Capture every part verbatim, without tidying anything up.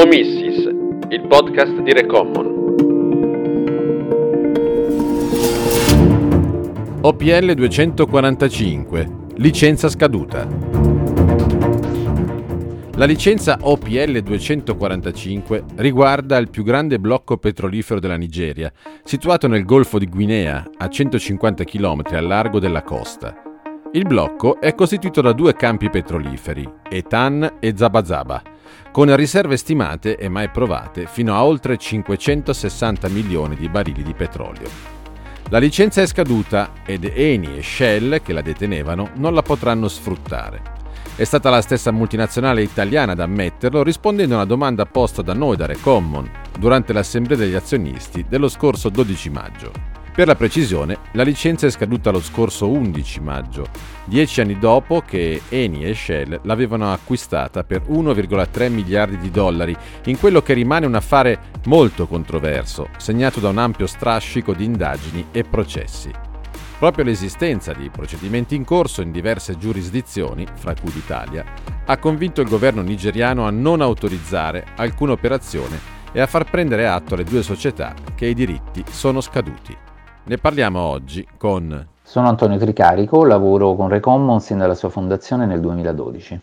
Economissis, il podcast di Recommon. O P L duecentoquarantacinque, licenza scaduta. La licenza O P L duecentoquarantacinque riguarda il più grande blocco petrolifero della Nigeria, situato nel Golfo di Guinea, a centocinquanta chilometri al largo della costa. Il blocco è costituito da due campi petroliferi, Etan e Zabazaba, con riserve stimate e mai provate fino a oltre cinquecentosessanta milioni di barili di petrolio. La licenza è scaduta ed Eni e Shell, che la detenevano, non la potranno sfruttare. È stata la stessa multinazionale italiana ad ammetterlo, rispondendo a una domanda posta da noi, da Recommon, durante l'assemblea degli azionisti dello scorso dodici maggio. Per la precisione, la licenza è scaduta lo scorso undici maggio, dieci anni dopo che Eni e Shell l'avevano acquistata per uno virgola tre miliardi di dollari, in quello che rimane un affare molto controverso, segnato da un ampio strascico di indagini e processi. Proprio l'esistenza di procedimenti in corso in diverse giurisdizioni, fra cui l'Italia, ha convinto il governo nigeriano a non autorizzare alcuna operazione e a far prendere atto alle due società che i diritti sono scaduti. Ne parliamo oggi con... Sono Antonio Tricarico, lavoro con Recommon sin dalla sua fondazione nel duemiladodici.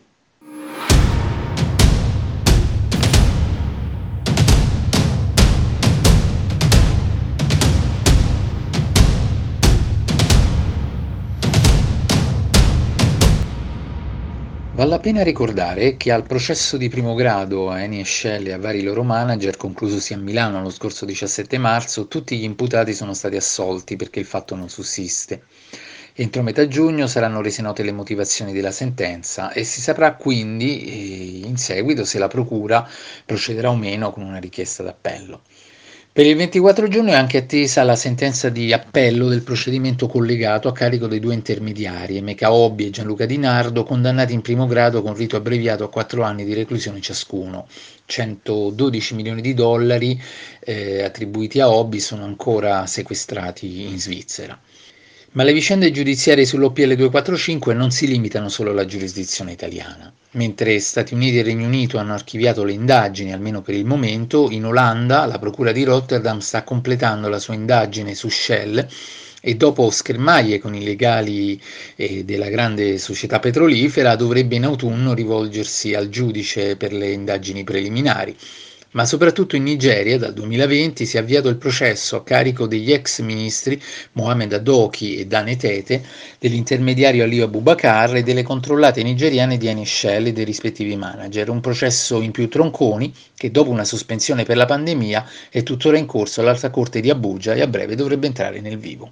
Vale la pena ricordare che al processo di primo grado a Eni e Shell e a vari loro manager, conclusosi a Milano lo scorso diciassette marzo, tutti gli imputati sono stati assolti perché il fatto non sussiste. Entro metà giugno saranno rese note le motivazioni della sentenza e si saprà quindi eh, in seguito se la procura procederà o meno con una richiesta d'appello. Per il ventiquattro giugno è anche attesa la sentenza di appello del procedimento collegato a carico dei due intermediari, Emeka Obi e Gianluca Di Nardo, condannati in primo grado con rito abbreviato a quattro anni di reclusione ciascuno. centododici milioni di dollari eh, attribuiti a Obi sono ancora sequestrati in Svizzera. Ma le vicende giudiziarie sull'O P L duecentoquarantacinque non si limitano solo alla giurisdizione italiana. Mentre Stati Uniti e Regno Unito hanno archiviato le indagini, almeno per il momento, in Olanda la Procura di Rotterdam sta completando la sua indagine su Shell e dopo schermaglie con i legali eh, della grande società petrolifera dovrebbe in autunno rivolgersi al giudice per le indagini preliminari. Ma soprattutto in Nigeria dal duemilaventi si è avviato il processo a carico degli ex ministri Mohamed Adoki e Dane Tete, dell'intermediario Ali Abubakar e delle controllate nigeriane di Eni e Shell e dei rispettivi manager. Un processo in più tronconi che dopo una sospensione per la pandemia è tuttora in corso all'Alta Corte di Abuja e a breve dovrebbe entrare nel vivo.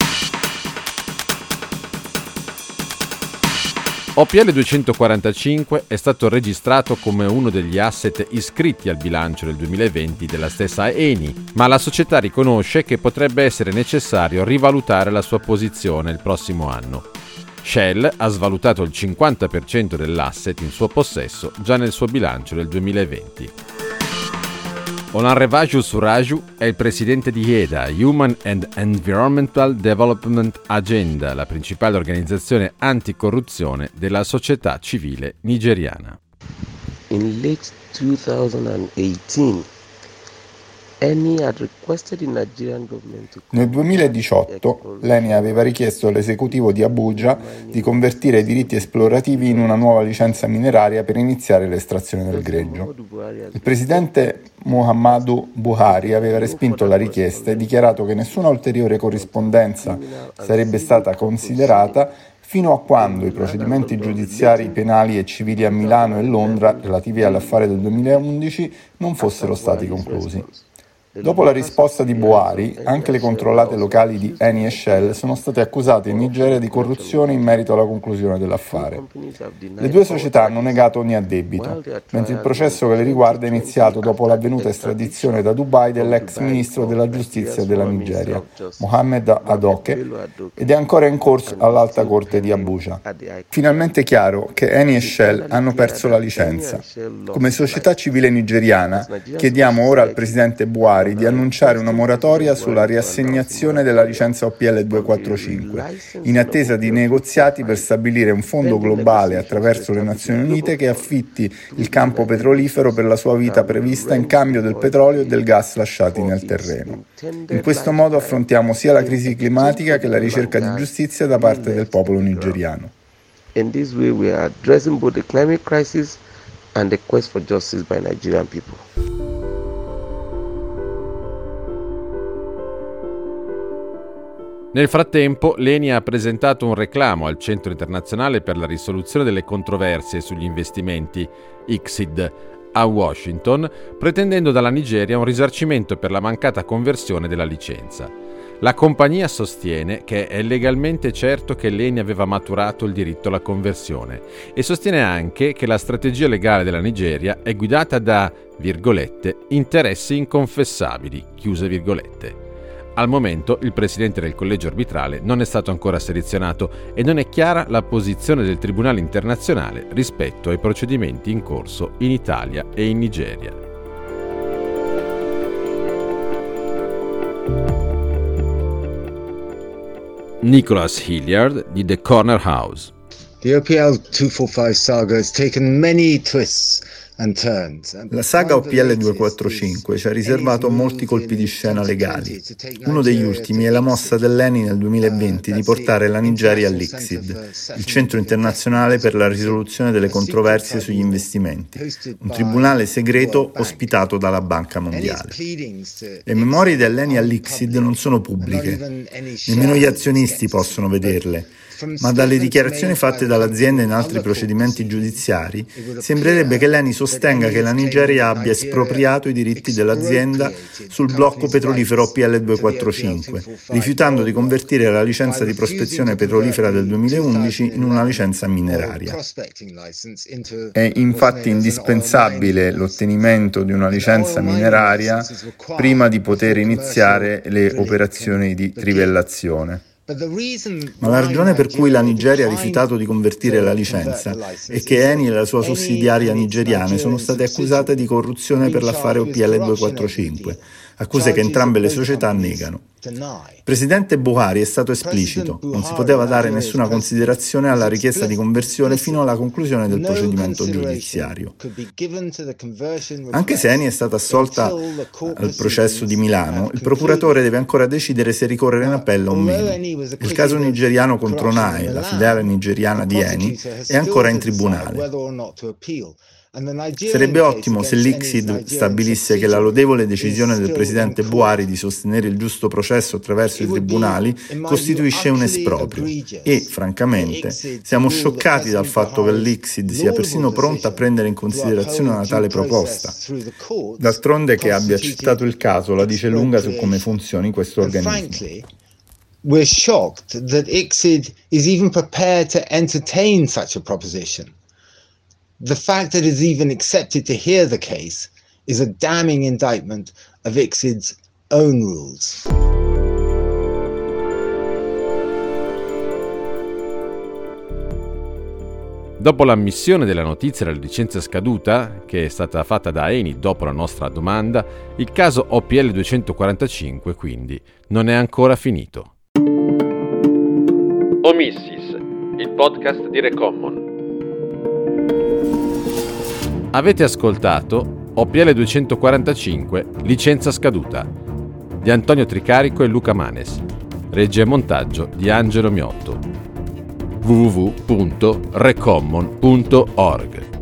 O P L duecentoquarantacinque è stato registrato come uno degli asset iscritti al bilancio del duemilaventi della stessa Eni, ma la società riconosce che potrebbe essere necessario rivalutare la sua posizione il prossimo anno. Shell ha svalutato il cinquanta per cento dell'asset in suo possesso già nel suo bilancio del duemilaventi. Olanrewaju Suraju è il presidente di E D A, Human and Environmental Development Agenda, la principale organizzazione anticorruzione della società civile nigeriana. In late twenty eighteen, Eni had requested the Nigerian government to... Nel duemiladiciotto l'Eni aveva richiesto all'esecutivo di Abuja di convertire i diritti esplorativi in una nuova licenza mineraria per iniziare l'estrazione del greggio. Il presidente Muhammadu Buhari aveva respinto la richiesta e dichiarato che nessuna ulteriore corrispondenza sarebbe stata considerata fino a quando i procedimenti giudiziari penali e civili a Milano e Londra relativi all'affare del duemilaundici non fossero stati conclusi. Dopo la risposta di Buhari, anche le controllate locali di Eni e Shell sono state accusate in Nigeria di corruzione in merito alla conclusione dell'affare. Le due società hanno negato ogni addebito, mentre il processo che le riguarda è iniziato dopo l'avvenuta estradizione da Dubai dell'ex ministro della giustizia della Nigeria, Mohamed Adoke, ed è ancora in corso all'Alta Corte di Abuja. Finalmente è chiaro che Eni e Shell hanno perso la licenza. Come società civile nigeriana chiediamo ora al presidente Buhari Buhari di annunciare una moratoria sulla riassegnazione della licenza O P L duecentoquarantacinque, in attesa di negoziati per stabilire un fondo globale attraverso le Nazioni Unite che affitti il campo petrolifero per la sua vita prevista in cambio del petrolio e del gas lasciati nel terreno. In questo modo affrontiamo sia la crisi climatica che la ricerca di giustizia da parte del popolo nigeriano. In this way we are addressing both the climate crisis and the quest for justice by Nigerian people. Nel frattempo, l'Eni ha presentato un reclamo al Centro internazionale per la risoluzione delle controversie sugli investimenti, I C S I D, a Washington, pretendendo dalla Nigeria un risarcimento per la mancata conversione della licenza. La compagnia sostiene che è legalmente certo che l'Eni aveva maturato il diritto alla conversione e sostiene anche che la strategia legale della Nigeria è guidata da, virgolette, interessi inconfessabili, chiuse virgolette. Al momento il presidente del collegio arbitrale non è stato ancora selezionato e non è chiara la posizione del Tribunale internazionale rispetto ai procedimenti in corso in Italia e in Nigeria. Nicholas Hilliard di The Corner House. The O P L duecentoquarantacinque saga has taken many twists. La saga O P L duecentoquarantacinque ci ha riservato molti colpi di scena legali. Uno degli ultimi è la mossa dell'Eni nel duemilaventi di portare la Nigeria all'I C S I D, il Centro internazionale per la risoluzione delle controversie sugli investimenti, un tribunale segreto ospitato dalla Banca Mondiale. Le memorie dell'Eni all'I C S I D non sono pubbliche, nemmeno gli azionisti possono vederle, ma dalle dichiarazioni fatte dall'azienda in altri procedimenti giudiziari sembrerebbe che l'Eni sostenga che la Nigeria abbia espropriato i diritti dell'azienda sul blocco petrolifero O P L duecentoquarantacinque, rifiutando di convertire la licenza di prospezione petrolifera del duemilaundici in una licenza mineraria. È infatti indispensabile l'ottenimento di una licenza mineraria prima di poter iniziare le operazioni di trivellazione. Ma la ragione per cui la Nigeria ha rifiutato di convertire la licenza è che Eni e la sua sussidiaria nigeriane sono state accusate di corruzione per l'affare O P L duecentoquarantacinque, accuse che entrambe le società negano. Il presidente Buhari è stato esplicito, non si poteva dare nessuna considerazione alla richiesta di conversione fino alla conclusione del procedimento giudiziario. Anche se Eni è stata assolta al processo di Milano, il procuratore deve ancora decidere se ricorrere in appello o meno. Il caso nigeriano contro N A E, la filiale nigeriana di Eni, è ancora in tribunale. Sarebbe ottimo se l'I C S I D stabilisse che la lodevole decisione del presidente Buhari di sostenere il giusto processo attraverso i tribunali costituisce un esproprio e, francamente, siamo scioccati dal fatto che l'I C S I D sia persino pronta a prendere in considerazione una tale proposta. D'altronde, che abbia accettato il caso la dice lunga su come funzioni questo organismo. We're shocked that I C S I D is even prepared to entertain such a proposition. The fact that it's even accepted to hear the case is a damning indictment of I C S I D's own rules. Dopo l'ammissione della notizia della licenza scaduta, che è stata fatta da Eni dopo la nostra domanda, il caso O P L duecentoquarantacinque quindi non è ancora finito. Omissis, il podcast di Recommon. Avete ascoltato O P L duecentoquarantacinque, licenza scaduta, di Antonio Tricarico e Luca Manes, regia e montaggio di Angelo Miotto. w w w punto recommon punto org